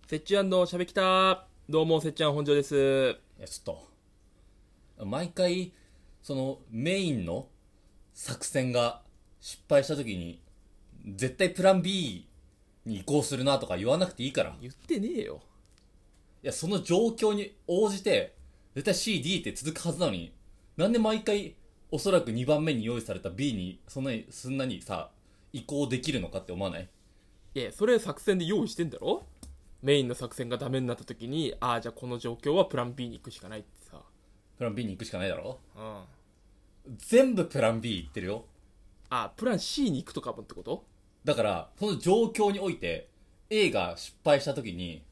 せっちゃんのしゃべきた。どうもせっちゃん本庄です。 いやちょっと毎回そのメインの作戦が失敗した時に絶対プラン B に移行するなとか言わなくていいから。い言ってねえよ。 やその状況に応じて絶対 CD って続くはずなのに、なんで毎回おそらく2番目に用意された B にそんなにさ移行できるのかって思わない？ いや、それ作戦で用意してんだろ。メインの作戦がダメになった時に、ああじゃあこの状況はプラン B に行くしかないってさ。 プラン B に行くしかないだろ。 うん。 全部プラン B 言ってるよ。 あ、プラン C に行くとかもってこと？ だからその状況において A が失敗した時に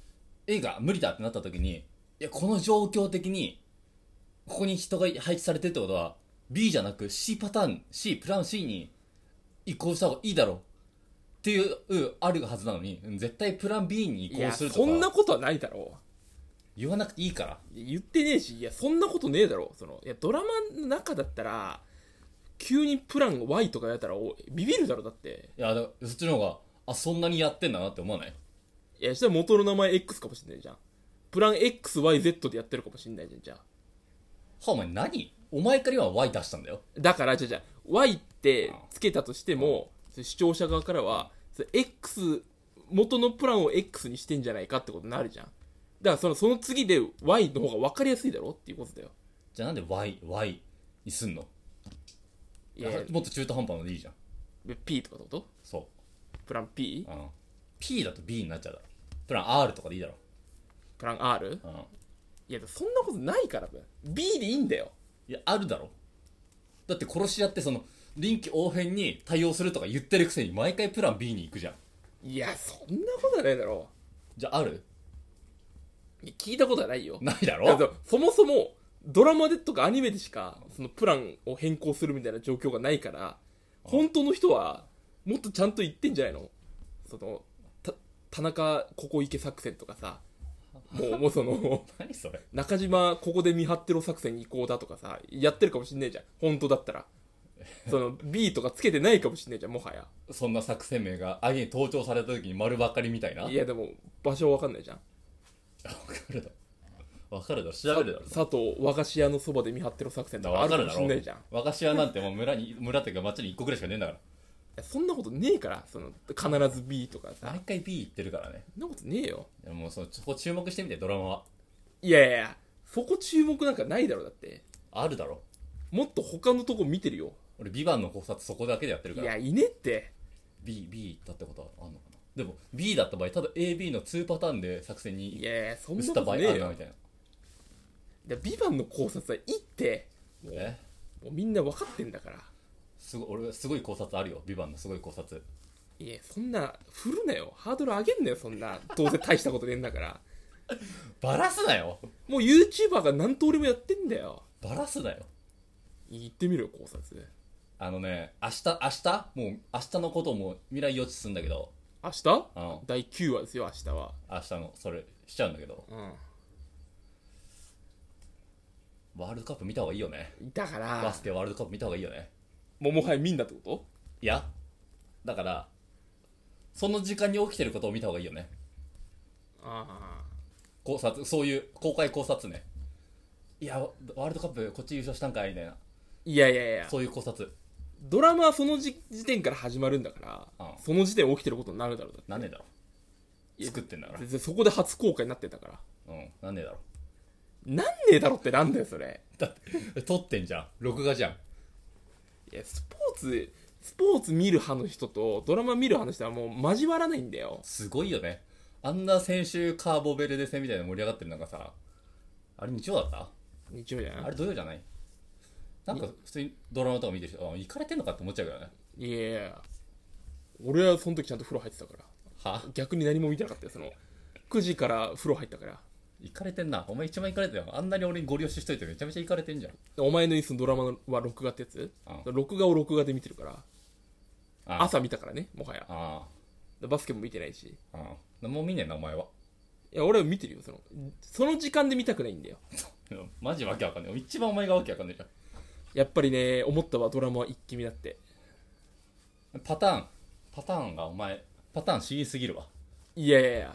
A が無理だってなった時に、いやこの状況的にここに人が配置されてるってことは B じゃなく C パターン C プラン C に移行した方がいいだろうっていうあるはずなのに、絶対プラン B に移いや、 行するとそんなかことはないだろ言わなくていいから。 う。言ってねえし、いや、そんなことねえだろ。いや、ドラマの中だったら、急にプラン Y とかやったらビビるだろ、だって。 いやそっちの方がそんなにやってんだなって思わない？ いや、したら元の名前 X かもしんないじゃん。プラン XYZ でやってるかもしんないじゃん、じゃあ。 お前何？お前から今 Y 出したんだよ。 だから、じゃあ Y ってつけたとしても、視聴者側からは、X、元のプランを X にしてんじゃないかってことになるじゃん。だからその次で Y の方が分かりやすいだろっていうことだよ。 じゃあなんで Y にすんの？ いや、 もっと中途半端のでいいじゃん。 P とかってこと？ そうプラン P？ P だと B になっちゃうだろ。プラン R とかでいいだろ。 プラン R？ いや、そんなことないから、B でいいんだよ。 いやあるだろ。だって殺し屋ってその臨機応変に対応するとか言ってるくせに毎回プラン B に行くじゃん。 いや、そんなことはないだろじゃあある？ う。いや、聞いたことはないよ。 ないだろ。 だからそもそもドラマでとかアニメでしかそのプランを変更するみたいな状況がないから、本当の人はもっとちゃんと言ってんじゃないの？田中ここ行け作戦とかさ、もう何それ。 中島ここで見張ってろ作戦に行こうだとかさ、やってるかもしんないじゃん、本当だったら。B とかつけてないかもしんないじゃん、もはや。 そんな作戦名が相手に盗聴された時に丸ばっかりみたいな。 いやでも場所わかんないじゃん。 分かるだろ、分かるだろ、調べるだろ。 佐藤和菓子屋のそばで見張ってろ作戦とかあるかもしんないじゃん。 和菓子屋なんてもう村っていうか町に1個ぐらいしかねえんだから。 そんなことねえから、必ず B とかさ、 毎回 B 言ってるからね。 そんなことねえよ。 いやもうそこ注目してみて、ドラマは。 いやいやいや、そこ注目なんかないだろ。だってあるだろ。 もっと他のとこ見てるよ。 俺ビバンの考察そこだけでやってるから。 いや、いねって。 B だってことはあんのかな。でも B だった場合ただ AB の2パターンで作戦にいやいや、そんな移った場合あことねえよ。 るなみたいな。 ビバンの考察はいいって。もうみんな分かってんだから。 俺すごい考察あるよ。ビバンのすごい考察。 いや、そんな振るなよ、ハードル上げんなよ。そんなどうせ大したことねえんだから。 バラすなよ。 もう YouTuber が何通りもやってんだよ。 バラすなよ。 言ってみろよ、考察。 明日もう明日のことも未来予知するんだけど、 明日、第9話ですよ、明日は。 明日のそれしちゃうんだけど、ワールドカップ見た方がいいよね。 だからバスケワールドカップ見た方がいいよね。 もはや見んだってこいやだからその時間に起きてることを見た方がいいよね。 と？ 考察、そういう公開考察ね。いやワールドカップこっち優勝したんかいみたいな、 いやいやいや、 そういう考察。 ドラマはその時点から始まるんだから、その時点起きてることになるだろう。 なんねえだろ、作ってんだから。 そこで初公開になってんだから。 なんねえだろ。 なんねえだろってなんだよそれ。 だって撮ってんじゃん、録画じゃん。 いや、スポーツ見る派の人とドラマ見る派の人はもう交わらないんだよ。 すごいよね。あんな先週カーボベルデ戦みたいな盛り上がってるのがさ、あれ日曜だった？ 日曜じゃない？ あれ土曜じゃない？なんか普通にドラマとか見てる人、行かれてんのかって思っちゃうからね。 いやいや、俺はその時ちゃんと風呂入ってたから。 は？ 逆に何も見てなかったよ。9時から風呂入ったから。 行かれてんな。お前一番行かれてるよ。あんなに俺にご利用ししといてめちゃめちゃ行かれてんじゃん。 お前の言うドラマは録画ってやつ？録画を録画で見てるから。朝見たからね、もはや。バスケも見てないし。 もう見ねえなお前は。 いや、俺は見てるよ。その時間で見たくないんだよ。 マジわけわかんない。一番お前がわけわかんないじゃん。 やっぱりね、思ったわ、ドラマは一気見だって。 パターンがお前パターン知りすぎるわ。 いやいやいや、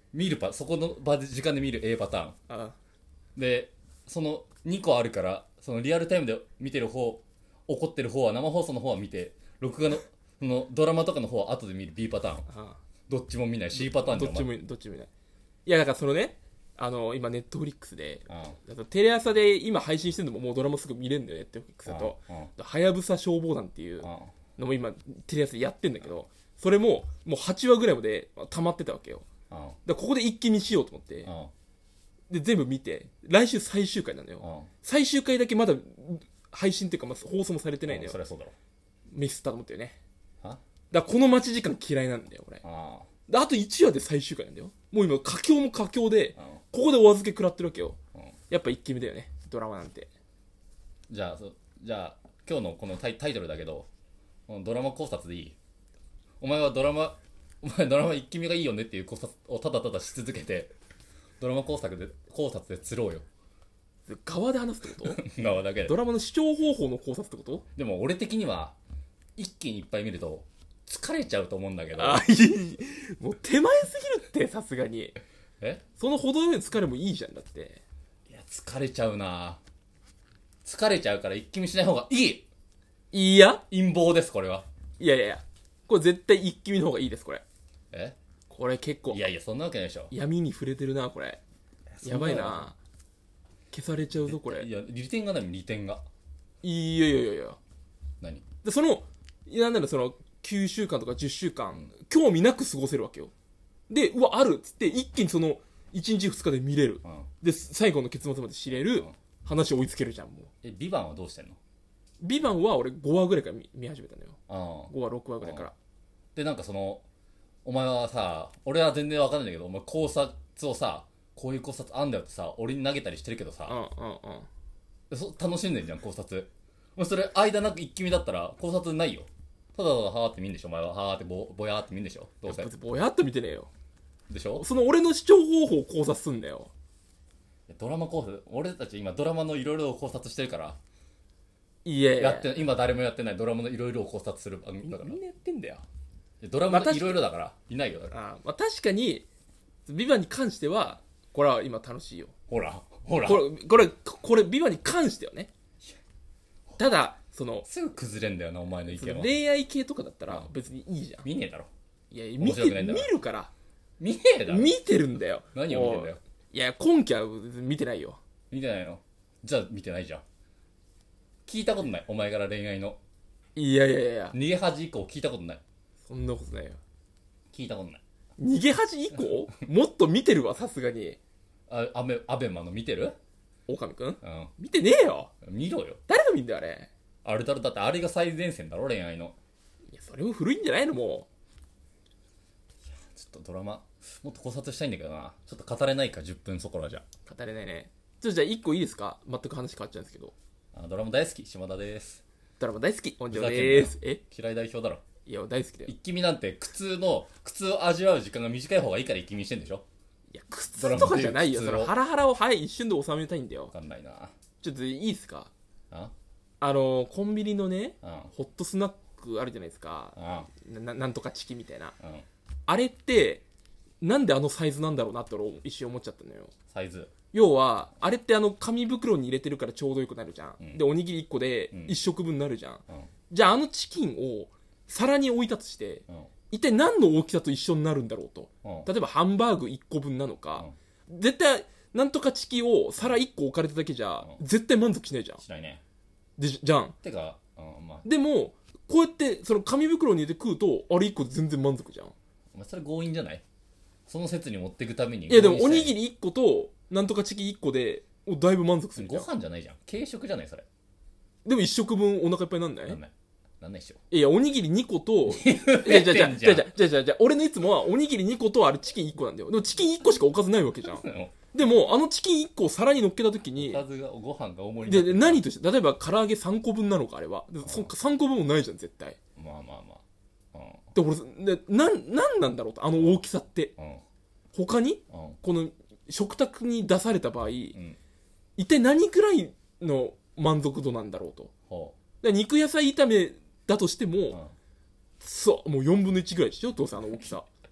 見るそこの場で時間で見る A パターンあで、その2個あるから、そのリアルタイムで見てる方、怒ってる方は生放送の方は見て、録画のそのドラマとかの方は後で見る B パターン。 あどっちも見ない C パターンじゃん。 どっちもどっちもいない。いやだからそのね、今ネットフリックスであテレ朝で今配信してるのももうドラマすぐ見れるんだよ、ネットフリックスだと。 あはやぶさ消防団っていうあのも今テレ朝でやってんだけど、それももう8話ぐらいまで溜まってたわけよ。だからここで一気見しようと思ってで全部見て、来週最終回なのよ。最終回だけまだ配信っていうか、放送もされてないのよ。 そりゃそうだろ。 ミスったと思ったよね。 はだからこの待ち時間嫌いなんだよ俺。 あであと1話で最終回なんだよ。もう今佳境も佳境であここでお預け食らってるわけよ。 うんやっぱ一気見だよね、ドラマなんて。 じゃあ今日のこのタイトルだけど、ドラマ考察でいい？お前ドラマ一気見がいいよねっていう考察をただただし続けて、ドラマ考察で釣ろうよ。 側で話すってこと側だけで。 ドラマの視聴方法の考察ってこと？ でも俺的には一気にいっぱい見ると疲れちゃうと思うんだけど。 あいいもう手前すぎるって、さすがに。その程よい疲れもいいじゃん。だっていや疲れちゃうな。疲れちゃうから一気見しない方がいい。 いや陰謀ですこれは。 いやいやいや、これ絶対一気見の方がいいです。これこれ結構いやいやそんなわけないでしょ。 闇に触れてるなこれ。やばいな、消されちゃうぞこれ。 いや利点が何？利点がいやいやいやいや、 何でなんならその9週間とか10週間、興味なく過ごせるわけよ。でうわあるっつって一気にその1日2日で見れる、で最後の結末まで知れる、話追いつけるじゃん。もうビバンはどうしてんの？ ビバンは俺5話ぐらいから見始めたのよ。5話6話ぐらいからでなんかお前はさ、俺は全然わかんないんだけど、お前考察をさ、こういう考察あんだよってさ、俺に投げたりしてるけどさ、楽しんでんじゃん考察。お前それ間なく一気見だったら考察ないよ。ただただはーって見んでしょ。お前ははーってぼやーって見んでしょ。どうせぼやっと見てねえよ。 でしょ。 その俺の視聴方法を考察すんだよ。 ドラマ考察、俺たち今ドラマのいろいろ考察してるから。 いやいや今誰もやってないドラマのいろいろを考察する番組だから。 みんなやってんだよ。 ドラマのいろいろだからいないよ。だから確かにビバンに関してはこれは今楽しいよ。 ほらこれビバンに関してはね。ただすぐ崩れんだよなお前の意見は。 恋愛系とかだったら別にいいじゃん。 見ねえだろ。 いや面白くないんだろ。 見るから見ねえだろ。 見てるんだよ。 何を見てんだよ。 いや今期は見てないよ。 見てないの？じゃあ見てないじゃん。聞いたことないお前から恋愛の。 いや逃げ恥以降聞いたことない。 そんなことないよ。 聞いたことない。 逃げ恥以降もっと見てるわ、さすがに。 アベマの見てる？ 狼くん、 うん、 見てねえよ。 見ろよ。 誰が見んだよあれ。 あれだろ、だってあれが最前線だろ恋愛の。 いやそれも古いんじゃないの？もうちょっとドラマもっと考察したいんだけどな。ちょっと語れないか10分そこらじゃ語れないね。じゃあ1個いいですか？全く話変わっちゃうんですけど。 ドラマ大好き島田です。 ドラマ大好き本庄です。 嫌い代表だろ。 いや大好きだよ。 一気見なんて苦痛を味わう時間が短い方がいいから一気見してんでしょ。 いや苦痛とかじゃないよ。そのハラハラを一瞬で収めたいんだよ。 わかんないな。 ちょっといいですか？コンビニのね、ホットスナックあるじゃないですか。なんとかチキみたいな、あれってなんであのサイズなんだろうなって俺一瞬思っちゃったのよ。 サイズ要はあれって紙袋に入れてるからちょうどよくなるじゃん、でおにぎり1個で1食分になるじゃん、じゃあチキンを皿に置いたとして、一体何の大きさと一緒になるんだろうと、例えばハンバーグ1個分なのか、絶対なんとかチキンを皿1個置かれただけじゃ、絶対満足しないじゃん。 しないね。 じゃん。 てか、 でもこうやってその紙袋に入れて食うとあれ1個で全然満足じゃん。 お前それ強引じゃない？その説に持っていくために。 いやでもおにぎり1個となんとかチキン1個でだいぶ満足するじゃん。 ご飯じゃないじゃん。軽食じゃないそれ。 でも1食分お腹いっぱいなんない？ なんないっしょ。 いやおにぎり2個とじゃ俺のいつもはおにぎり2個とあれチキン1個なんだよ。でもチキン1個しかおかずないわけじゃん。でもチキン1個を皿に乗っけた時におかずがご飯が重いで何として例えば唐揚げ3個分なのかあれは。3個分もないじゃん絶対。 まあで俺なんなんだろうと大きさって、他に、この食卓に出された場合、一体何くらいの満足度なんだろうと。肉野菜炒めだとしても、もう4分の1ぐらいでしょどうせ大きさ。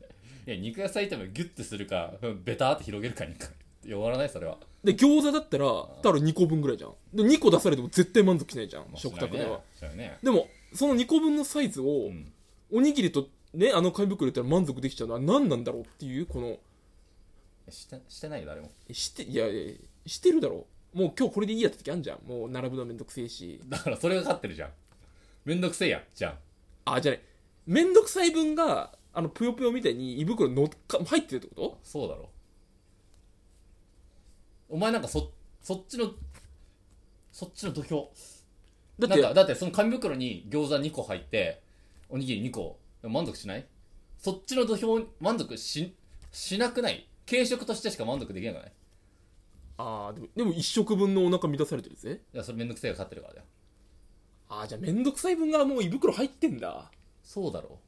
いや肉野菜炒めギュッてするかベターって広げるかに終わらないそれは。 で餃子だったら2個分ぐらいじゃん。で2個出されても絶対満足しないじゃん、 まあ食卓では。 しないね。 でもその2個分のサイズを、おにぎりとねあの紙袋入れたら満足できちゃうのは何なんだろうっていう、このしてないよ誰も。 いやしてるだろう。もう今日これでいいやって時あんじゃん。もう並ぶのめんどくせえし。 だからそれが勝ってるじゃん。めんどくせえやんじゃん。 じゃあね、めんどくさい分がぷよぷよみたいに胃袋入ってるってこと？ そうだろ。お前なんかそっちの土俵だってその紙袋に餃子2個入っておにぎり2個満足しない？そっちの土俵満足しなくない？軽食としてしか満足できなくない？ でも1食分のお腹満たされてるぜ。 いやそれめんどくせえが勝ってるからだよ。 じゃあめんどくさい分がもう胃袋入ってんだ。 そうだろ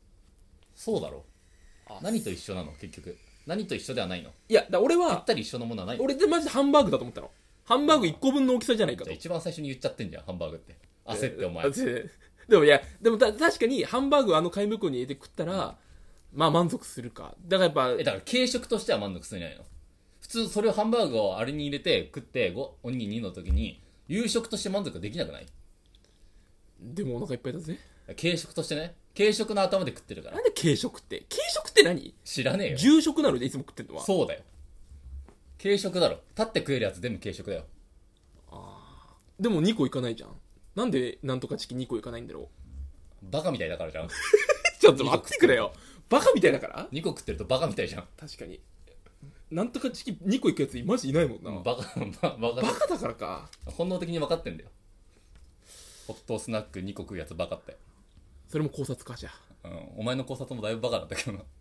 何と一緒なの結局。何と一緒ではないの？ いや俺はぴったり一緒のものはないの？ 俺でマジでハンバーグだと思ったの。ハンバーグ1個分の大きさじゃないかと。 じゃあ一番最初に言っちゃってんじゃんハンバーグって焦ってお前。 でも確かにハンバーグ紙袋に入れて食ったらまあ満足するか。だからやっぱだから軽食としては満足するんじゃないの？普通それをハンバーグをあれに入れて食っておにぎり2の時に夕食として満足できなくない？ でもお腹いっぱいだぜ。 軽食としてね。軽食の頭で食ってるから。 なんで軽食って何？ 知らねえよ。 重食なのでいつも食ってんのは。 そうだよ。軽食だろ。立って食えるやつ全部軽食だよ。 でも2個いかないじゃん。なんでなんとかチキン2個いかないんだろう。 バカみたいだからじゃん。 ちょっと待ってくれよ。バカみたいだから？ 2個食ってるとバカみたいじゃん。 確かに。なんとかチキン2個いくやつマジいないもんな。 バカだからか。 本能的に分かってんだよ。ホットスナック2個食うやつバカって。 それも考察かじゃ。 お前の考察もだいぶバカだったけどな。